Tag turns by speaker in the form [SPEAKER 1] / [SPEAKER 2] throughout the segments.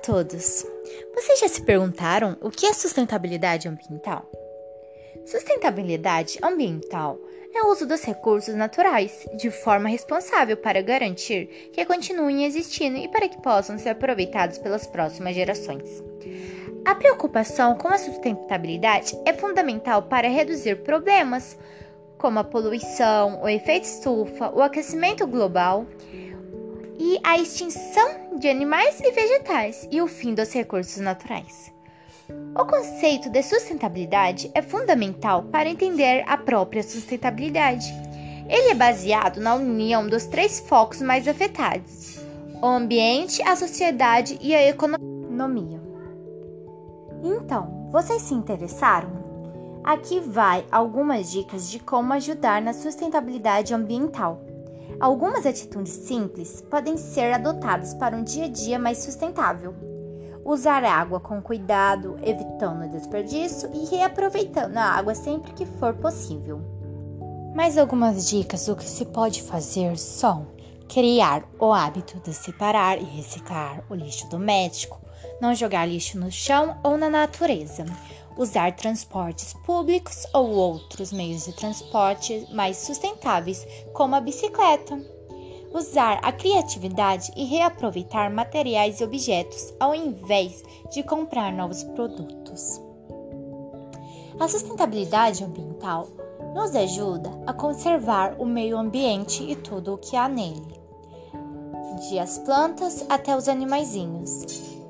[SPEAKER 1] todos! Vocês já se perguntaram o que é sustentabilidade ambiental? Sustentabilidade ambiental é o uso dos recursos naturais de forma responsável para garantir que continuem existindo e para que possam ser aproveitados pelas próximas gerações. A preocupação com a sustentabilidade é fundamental para reduzir problemas como a poluição, o efeito estufa, o aquecimento global e a extinção de animais e vegetais e o fim dos recursos naturais. O conceito de sustentabilidade é fundamental para entender a própria sustentabilidade. Ele é baseado na união dos três focos mais afetados: o ambiente, a sociedade e a economia. Então, vocês se interessaram? Aqui vai algumas dicas de como ajudar na sustentabilidade ambiental. Algumas atitudes simples podem ser adotadas para um dia a dia mais sustentável. Usar água com cuidado, evitando desperdício e reaproveitando a água sempre que for possível. Mais algumas dicas do que se pode fazer são: criar o hábito de separar e reciclar o lixo doméstico, não jogar lixo no chão ou na natureza, usar transportes públicos ou outros meios de transporte mais sustentáveis, como a bicicleta. Usar a criatividade e reaproveitar materiais e objetos ao invés de comprar novos produtos. A sustentabilidade ambiental nos ajuda a conservar o meio ambiente e tudo o que há nele, de as plantas até os animaizinhos.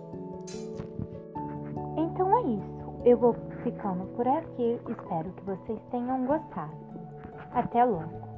[SPEAKER 1] Então é isso, eu vou ficando por aqui, espero que vocês tenham gostado. Até logo!